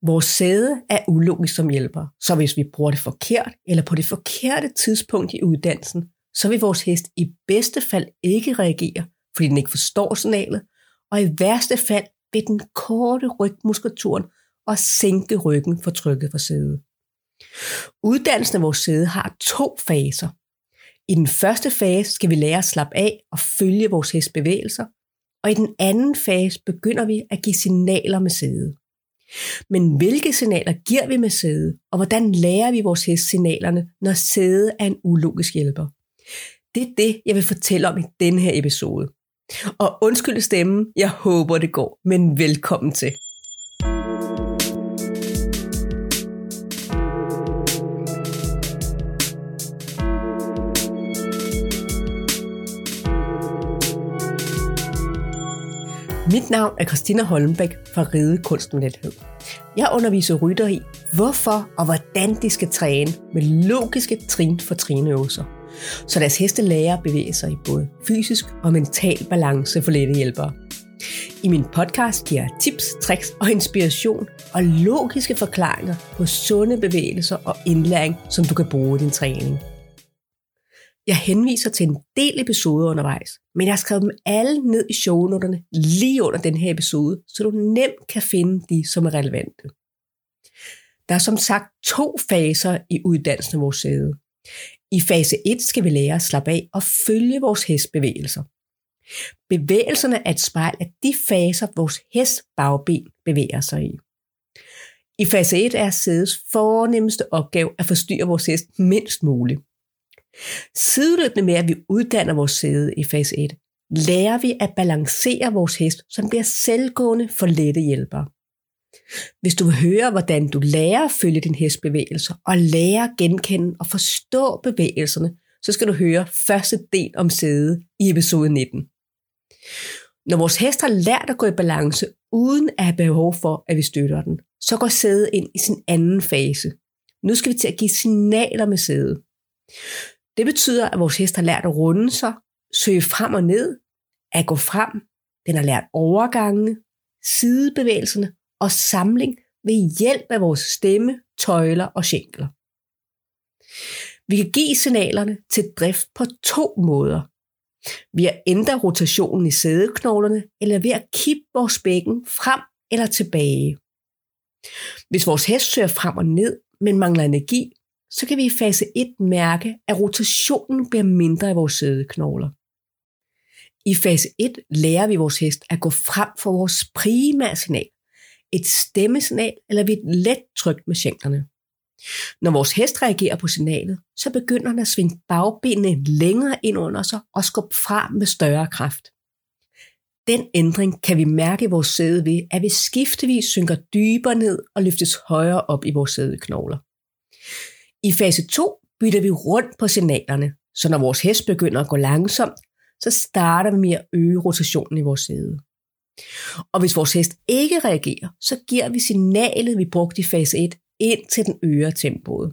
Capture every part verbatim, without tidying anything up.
Vores sæde er ulogisk som hjælper, så hvis vi bruger det forkert eller på det forkerte tidspunkt i uddannelsen, så vil vores hest i bedste fald ikke reagere, fordi den ikke forstår signalet, og i værste fald vil den korte rygmuskulaturen og sænke ryggen for trykket for sædet. Uddannelsen af vores sæde har to faser. I den første fase skal vi lære at slappe af og følge vores hest bevægelser, og i den anden fase begynder vi at give signaler med sædet. Men hvilke signaler giver vi med sædet, og hvordan lærer vi vores hest signalerne, når sædet er en ulogisk hjælper? Det er det, jeg vil fortælle om i denne her episode. Og undskyld stemmen, jeg håber det går, men velkommen til. Mit navn er Christina Holmbæk fra Ride Kunst med Lethed. Jeg underviser ryttere i, hvorfor og hvordan de skal træne med logiske trin for trinøvelser, så deres heste lærer at bevæge sig i både fysisk og mental balance for lette hjælpere. I min podcast giver jeg tips, tricks og inspiration og logiske forklaringer på sunde bevægelser og indlæring, som du kan bruge i din træning. Jeg henviser til en del episoder undervejs, men jeg har skrevet dem alle ned i shownoterne lige under den her episode, så du nemt kan finde de, som er relevante. Der er som sagt to faser i uddannelsen af vores sæde. I fase et skal vi lære at slappe af og følge vores hest bevægelser. Bevægelserne er et spejl af de faser, vores hest bagben bevæger sig i. I fase et er sædets fornemmeste opgave at forstyrre vores hest mindst muligt. Sideløbende med, at vi uddanner vores sæde i fase et, lærer vi at balancere vores hest, som bliver selvgående for lette hjælpere. Hvis du vil høre, hvordan du lærer at følge din hest bevægelser og lærer at genkende og forstå bevægelserne, så skal du høre første del om sæde i episode nitten. Når vores hest har lært at gå i balance uden at have behov for, at vi støtter den, så går sædet ind i sin anden fase. Nu skal vi til at give signaler med sædet. Det betyder, at vores hest har lært at runde sig, søge frem og ned, at gå frem. Den har lært overgangene, sidebevægelserne og samling ved hjælp af vores stemme, tøjler og skænkler. Vi kan give signalerne til drift på to måder. Ved at ændre rotationen i sædeknoglerne, eller ved at kippe vores bækken frem eller tilbage. Hvis vores hest søger frem og ned, men mangler energi, så kan vi i fase et mærke, at rotationen bliver mindre i vores sædeknogler. I fase et lærer vi vores hest at gå frem for vores primære signal, et stemmesignal eller ved et let tryk med skænklerne. Når vores hest reagerer på signalet, så begynder den at svinge bagbenene længere ind under sig og skubbe frem med større kraft. Den ændring kan vi mærke i vores sæde ved, at vi skiftevis synker dybere ned og løftes højere op i vores sædeknogler. I fase to bytter vi rundt på signalerne, så når vores hest begynder at gå langsomt, så starter vi med at øge rotationen i vores sæde. Og hvis vores hest ikke reagerer, så giver vi signalet, vi brugte i fase et, indtil den øger tempoet.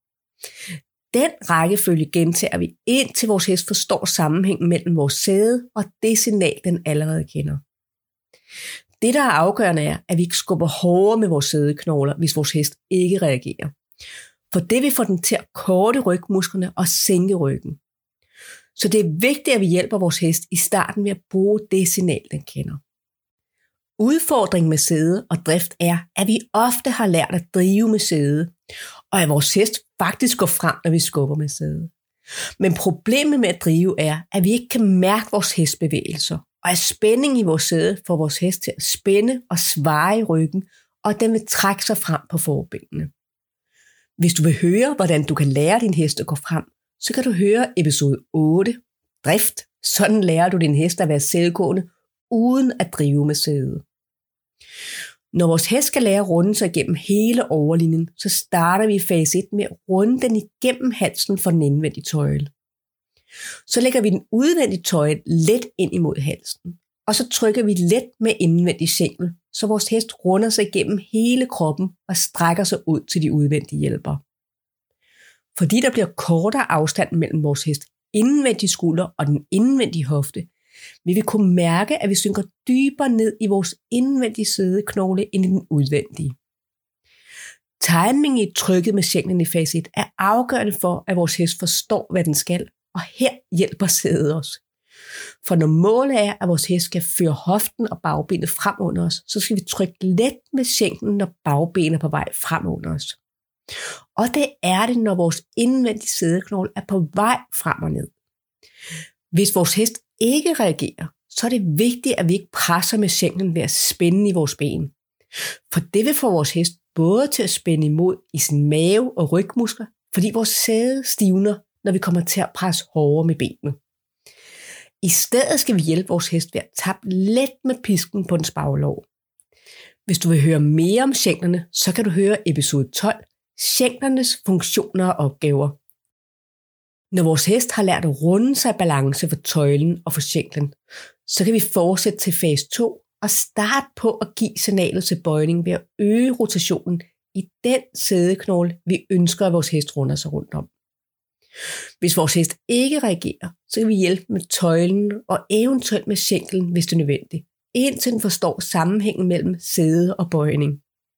Den rækkefølge gentager vi, indtil vores hest forstår sammenhængen mellem vores sæde og det signal, den allerede kender. Det, der er afgørende, er, at vi ikke skubber hårdere med vores sædeknogler, hvis vores hest ikke reagerer. For det vil få den til at korte rygmusklerne og sænke ryggen. Så det er vigtigt, at vi hjælper vores hest i starten ved at bruge det signal, den kender. Udfordringen med sæde og drift er, at vi ofte har lært at drive med sæde, og at vores hest faktisk går frem, når vi skubber med sæde. Men problemet med at drive er, at vi ikke kan mærke vores hestbevægelser, og at spænding i vores sæde får vores hest til at spænde og svare i ryggen, og den vil trække sig frem på forbenene. Hvis du vil høre, hvordan du kan lære din hest at gå frem, så kan du høre episode otte, drift. Sådan lærer du din hest at være selvgående, uden at drive med sæde. Når vores hest skal lære at runde sig igennem hele overlinjen, så starter vi i fase et med at runde den igennem halsen for den indvendige tøjle. Så lægger vi den udvendige tøjle let ind imod halsen, og så trykker vi let med indvendig skænkel, så vores hest runder sig igennem hele kroppen og strækker sig ud til de udvendige hjælpere. Fordi der bliver kortere afstand mellem vores hest indvendige skulder og den indvendige hofte, vil vi kunne mærke, at vi synker dybere ned i vores indvendige sædeknogle end i den udvendige. Timing i trykket med sjælen i fase et er afgørende for, at vores hest forstår, hvad den skal, og her hjælper sædet os. For når målet er, at vores hest skal føre hoften og bagbenet frem under os, så skal vi trykke let med skænken, når bagbenet er på vej frem under os. Og det er det, når vores indvendige sædeknogle er på vej frem og ned. Hvis vores hest ikke reagerer, så er det vigtigt, at vi ikke presser med skænken ved at spænde i vores ben. For det vil få vores hest både til at spænde imod i sin mave og rygmuskler, fordi vores sæde stivner, når vi kommer til at presse hårdere med benene. I stedet skal vi hjælpe vores hest ved at tappe let med pisken på dens baglov. Hvis du vil høre mere om skænklerne, så kan du høre episode tolv, skænklernes funktioner og opgaver. Når vores hest har lært at runde sig i balance for tøjlen og for skænklen, så kan vi fortsætte til fase to og starte på at give signalet til bøjning ved at øge rotationen i den sædeknogle, vi ønsker, at vores hest runder sig rundt om. Hvis vores hest ikke reagerer, så kan vi hjælpe med tøjlen og eventuelt med skænklen, hvis det er nødvendigt, indtil den forstår sammenhængen mellem sæde og bøjning.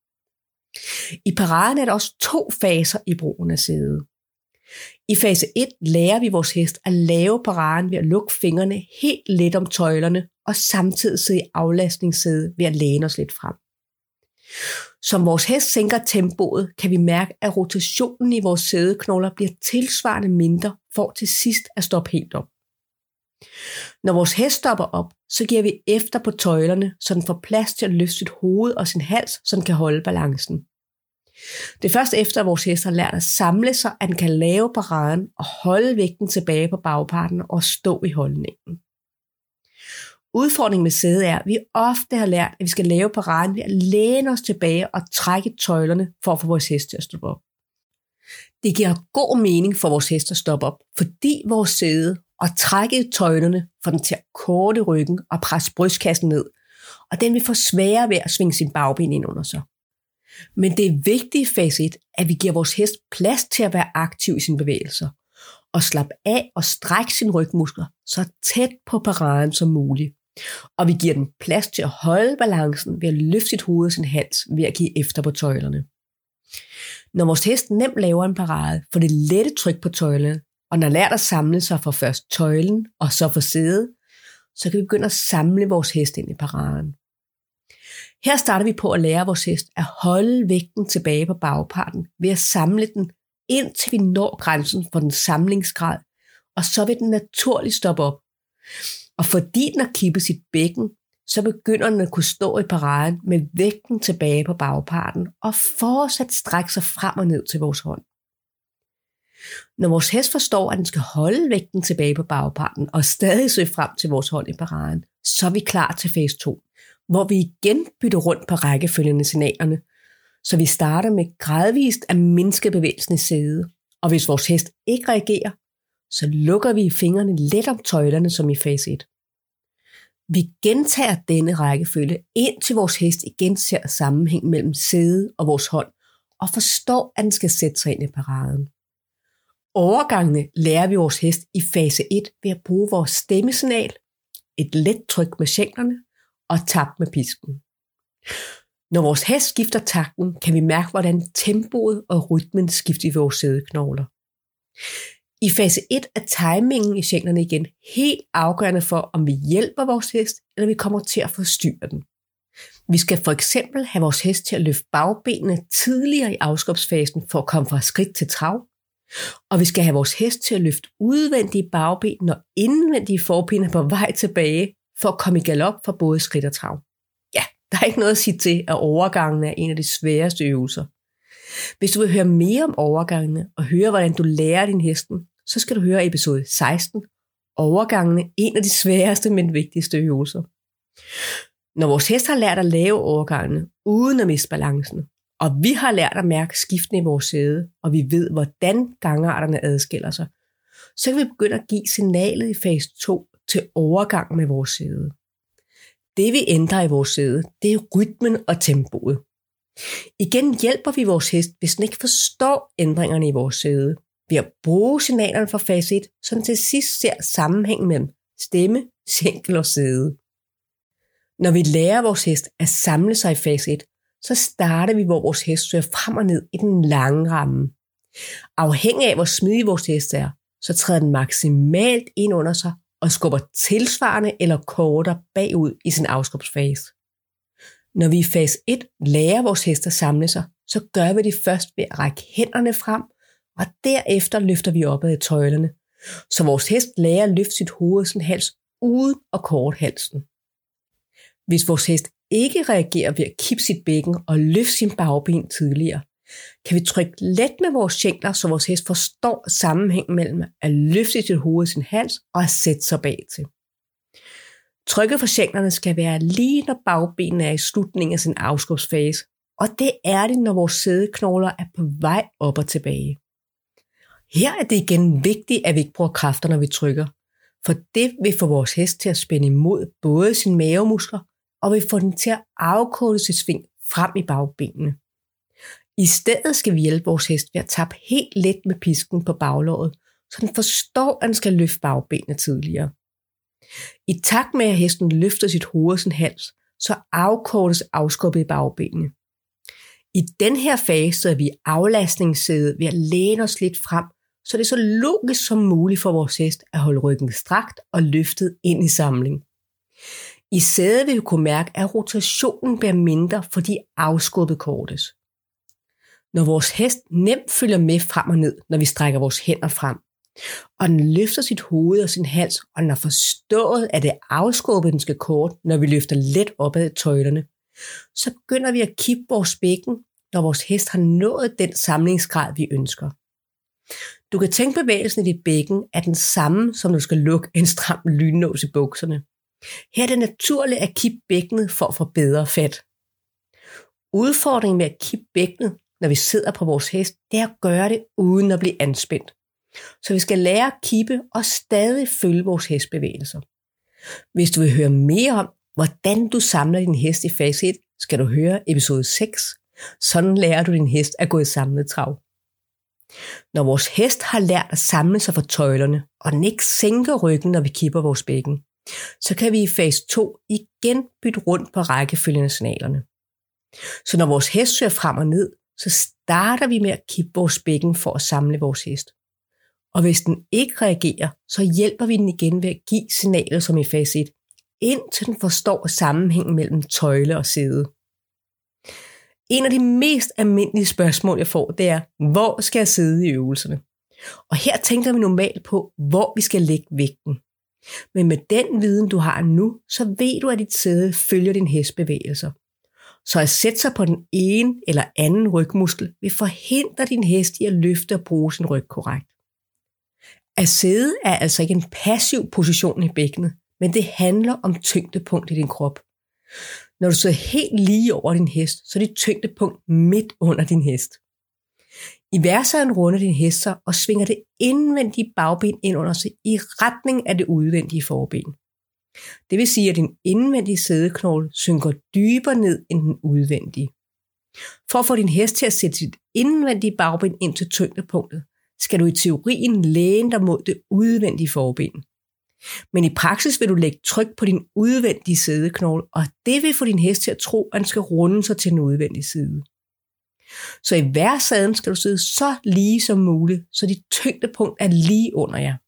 I paraden er der også to faser i brugen af sæde. I fase et lærer vi vores hest at lave paraden ved at lukke fingrene helt let om tøjlerne og samtidig sidde i aflastningssæde ved at læne os lidt frem. Som vores hest sænker tempoet, kan vi mærke, at rotationen i vores sædeknogler bliver tilsvarende mindre for til sidst at stoppe helt op. Når vores hest stopper op, så giver vi efter på tøjlerne, så den får plads til at løfte sit hoved og sin hals, så den kan holde balancen. Det er først efter, at vores hest har lært at samle sig, at den kan lave paraden og holde vægten tilbage på bagparten og stå i holdningen. Udfordringen med sæde er, at vi ofte har lært, at vi skal lave paraden ved at læne os tilbage og trække tøjlerne for at få vores hest til at stoppe op. Det giver god mening for vores hest at stoppe op, fordi vores sæde og trække i tøjlerne får den til at korte ryggen og presse brystkassen ned, og den vil få sværere ved at svinge sin bagben ind under sig. Men det er vigtigt i fase et, at vi giver vores hest plads til at være aktiv i sine bevægelser, og slappe af og strække sine rygmuskler så tæt på paraden som muligt. Og vi giver den plads til at holde balancen ved at løfte sit hoved og sin hals ved at give efter på tøjlerne. Når vores hest nemt laver en parade, får det lette tryk på tøjlerne, og når lært at samle sig for først tøjlen og så for sædet, så kan vi begynde at samle vores hest ind i paraden. Her starter vi på at lære vores hest at holde vægten tilbage på bagparten ved at samle den, indtil vi når grænsen for den samlingsgrad, og så vil den naturligt stoppe op. Og fordi den har kippet sit bækken, så begynder den at kunne stå i paraden med vægten tilbage på bagparten og fortsat strække sig frem og ned til vores hånd. Når vores hest forstår, at den skal holde vægten tilbage på bagparten og stadig søge frem til vores hånd i paraden, så er vi klar til fase to, hvor vi igen bytter rundt på rækkefølgende signalerne, så vi starter med gradvist at mindske bevægelsen i sædet, og hvis vores hest ikke reagerer, så lukker vi fingrene let om tøjlerne som i fase et. Vi gentager denne rækkefølge, indtil vores hest igen ser sammenhæng mellem sædet og vores hånd, og forstår, at den skal sætte sig ind i paraden. Overgangene lærer vi vores hest i fase et ved at bruge vores stemmesignal, et let tryk med skænklerne og tap med pisken. Når vores hest skifter takten, kan vi mærke, hvordan tempoet og rytmen skifter i vores sædeknogler. I fase et er timingen i skænklerne igen helt afgørende for, om vi hjælper vores hest, eller vi kommer til at forstyrre den. Vi skal for eksempel have vores hest til at løfte bagbenene tidligere i afskubsfasen for at komme fra skridt til trav, og vi skal have vores hest til at løfte udvendige bagben, når indvendige forben er på vej tilbage, for at komme i galop for både skridt og trav. Ja, der er ikke noget at sige til, at overgangen er en af de sværeste øvelser. Hvis du vil høre mere om overgangene og høre, hvordan du lærer din hesten, så skal du høre episode seksten, Overgangene, en af de sværeste, men vigtigste øvelser. Når vores hest har lært at lave overgangene, uden at miste balancen, og vi har lært at mærke skiftene i vores sæde, og vi ved, hvordan gangarterne adskiller sig, så kan vi begynde at give signalet i fase to til overgang med vores sæde. Det vi ændrer i vores sæde, det er rytmen og tempoet. Igen hjælper vi vores hest, hvis den ikke forstår ændringerne i vores sæde, ved at bruge signalerne fra fase et, så den til sidst ser sammenhængen mellem stemme, skænkel og sæde. Når vi lærer vores hest at samle sig i fase et, så starter vi, hvor vores hest søger frem og ned i den lange ramme. Afhængig af, hvor smidig vores hest er, så træder den maksimalt ind under sig og skubber tilsvarende eller kortere bagud i sin afskubsfase. Når vi i fase et lærer vores hest at samle sig, så gør vi det først ved at række hænderne frem, og derefter løfter vi opad i tøjlerne, så vores hest lærer at løfte sit hoved og sin hals uden at korte halsen. Hvis vores hest ikke reagerer ved at kippe sit bækken og løfte sin bagben tidligere, kan vi trykke let med vores skænkler, så vores hest forstår sammenhængen mellem at løfte sit hoved og sin hals og at sætte sig bag til. Trykket for skænklerne skal være lige når bagbenene er i slutningen af sin afskubsfase, og det er det, når vores sædeknogler er på vej op og tilbage. Her er det igen vigtigt, at vi ikke bruger kræfter, når vi trykker, for det vil få vores hest til at spænde imod både sine mavemuskler, og vil få den til at afkode sit sving frem i bagbenene. I stedet skal vi hjælpe vores hest ved at tappe helt let med pisken på baglåret, så den forstår, at den skal løfte bagbenene tidligere. I takt med, at hesten løfter sit hoved og sin hals, så afkortes afskubbet i bagbenene. I den her fase er vi i aflastningssædet ved at læne os lidt frem, så det er så logisk som muligt for vores hest at holde ryggen strakt og løftet ind i samling. I sædet vil vi kunne mærke, at rotationen bliver mindre, fordi afskubbet kortes. Når vores hest nemt følger med frem og ned, når vi strækker vores hænder frem, og den løfter sit hoved og sin hals, og den har forstået, at det er afskubbet, den skal kort, når vi løfter let opad i tøjlerne, så begynder vi at kippe vores bækken, når vores hest har nået den samlingsgrad, vi ønsker. Du kan tænke bevægelsen i dit bækken er den samme, som du skal lukke en stram lynnås i bukserne. Her er det naturligt at kippe bækkenet for at få bedre fat. Udfordringen med at kippe bækkenet, når vi sidder på vores hest, det er at gøre det uden at blive anspændt. Så vi skal lære at kippe og stadig følge vores hestbevægelser. Hvis du vil høre mere om, hvordan du samler din hest i fase et, skal du høre episode seks. Sådan lærer du din hest at gå i samlet trav. Når vores hest har lært at samle sig for tøjlerne, og den ikke sænker ryggen, når vi kipper vores bækken, så kan vi i fase to igen bytte rundt på rækkefølgen af signalerne. Så når vores hest søger frem og ned, så starter vi med at kippe vores bækken for at samle vores hest. Og hvis den ikke reagerer, så hjælper vi den igen ved at give signalet som i fase et, indtil den forstår sammenhængen mellem tøjle og sæde. En af de mest almindelige spørgsmål, jeg får, det er, hvor skal jeg sidde i øvelserne? Og her tænker vi normalt på, hvor vi skal lægge vægten. Men med den viden, du har nu, så ved du, at dit sæde følger din hest bevægelser. Så at sætte sig på den ene eller anden rygmuskel vil forhindre din hest i at løfte og bruge sin ryg korrekt. At sidde er altså ikke en passiv position i bækkenet, men det handler om tyngdepunkt i din krop. Når du sidder helt lige over din hest, så er dit tyngdepunkt midt under din hest. I værsaden runder din hest sig og svinger det indvendige bagben ind under sig i retning af det udvendige forben. Det vil sige, at din indvendige sædeknogle synker dybere ned end den udvendige. For at få din hest til at sætte sit indvendige bagben ind til tyngdepunktet, skal du i teorien læne dig mod det udvendige forben. Men i praksis vil du lægge tryk på din udvendige sædeknogle, og det vil få din hest til at tro, at den skal runde sig til den udvendige side. Så i hver saden skal du sidde så lige som muligt, så dit tyngdepunkt er lige under jer.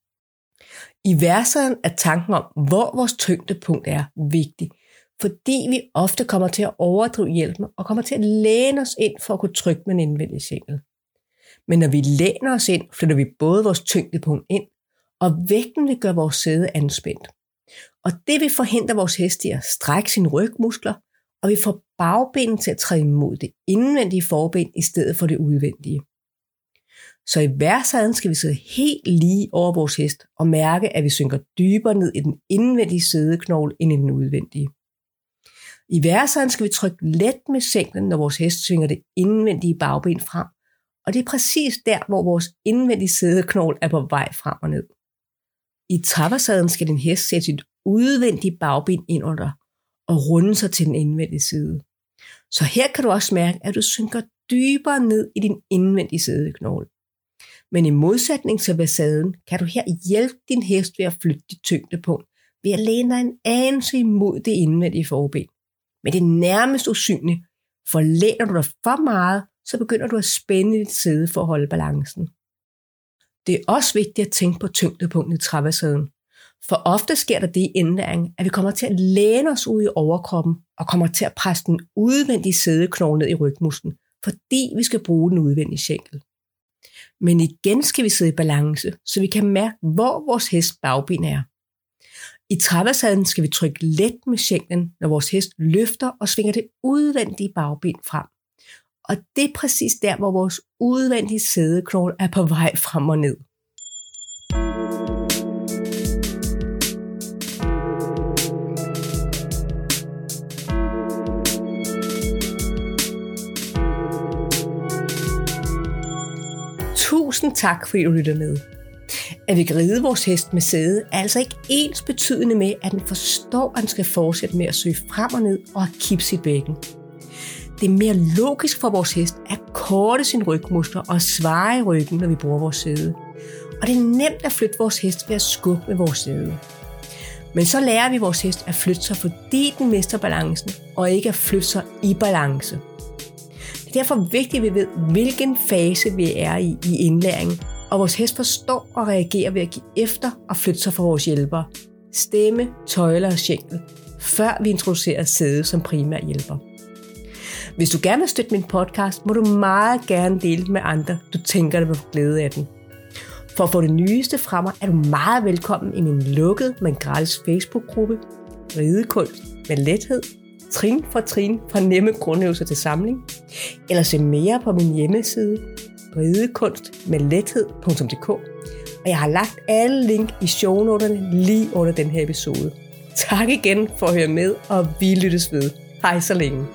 I værsaden er tanken om, hvor vores tyngdepunkt er, vigtig, fordi vi ofte kommer til at overdrive hjælpen og kommer til at læne os ind for at kunne trykke med en indvendig skænkel. Men når vi læner os ind, flytter vi både vores tyngdepunkt ind, og vægten vil gøre vores sæde anspændt. Og det vil forhindre vores hest i at strække sine rygmuskler, og vi får bagbenene til at træde imod det indvendige forben i stedet for det udvendige. Så i værsaden skal vi sidde helt lige over vores hest og mærke, at vi synker dybere ned i den indvendige sædeknogle end i den udvendige. I værsaden skal vi trykke let med sænken, når vores hest svinger det indvendige bagben frem, og det er præcis der, hvor vores indvendige sædeknogle er på vej frem og ned. I traversaden skal din hest sætte sit udvendige bagben ind under og runde sig til den indvendige side. Så her kan du også mærke, at du synker dybere ned i din indvendige sædeknogle. Men i modsætning til versaden, kan du her hjælpe din hest ved at flytte dit tyngdepunkt, ved at læne dig en anelse imod det indvendige forben. Men det er nærmest usynligt, Forlæner du dig for meget, så begynder du at spænde dit sæde for at holde balancen. Det er også vigtigt at tænke på tyngdepunktet i traversæden. For ofte sker der det i indlæring, at vi kommer til at læne os ud i overkroppen og kommer til at presse den udvendige sædeknogle ned i rygmusklen, fordi vi skal bruge den udvendige skænkel. Men igen skal vi sidde i balance, så vi kan mærke, hvor vores hest bagben er. I traversæden skal vi trykke let med skænklen, når vores hest løfter og svinger det udvendige bagben frem. Og det er præcis der, hvor vores udvendige sædeknogle er på vej frem og ned. Tusind tak, fordi du lytter med. At vi kan ride vores hest med sæde er altså ikke ens betydende med, at den forstår, at den skal fortsætte med at søge frem og ned og kippe sit bækken. Det er mere logisk for vores hest at korte sine rygmuskler og svare i ryggen, når vi bruger vores sæde. Og det er nemt at flytte vores hest ved at skubbe med vores sæde. Men så lærer vi vores hest at flytte sig, fordi den mister balancen, og ikke at flytte sig i balance. Det er derfor vigtigt, at vi ved, hvilken fase vi er i i indlæringen, og vores hest forstår og reagerer ved at give efter og flytte sig for vores hjælpere, stemme, tøjler og skænkel, før vi introducerer sæde som primær hjælper. Hvis du gerne vil støtte min podcast, må du meget gerne dele med andre, du tænker, der vil få glæde af den. For at få det nyeste fra mig, er du meget velkommen i min lukkede, men gratis Facebook-gruppe, Ridekunst med lethed, trin for trin fra nemme grundøvelser til samling, eller se mere på min hjemmeside, ridekunst med lethed punktum d k, og jeg har lagt alle link i shownoterne lige under den her episode. Tak igen for at høre med, og vi lyttes ved. Hej så længe.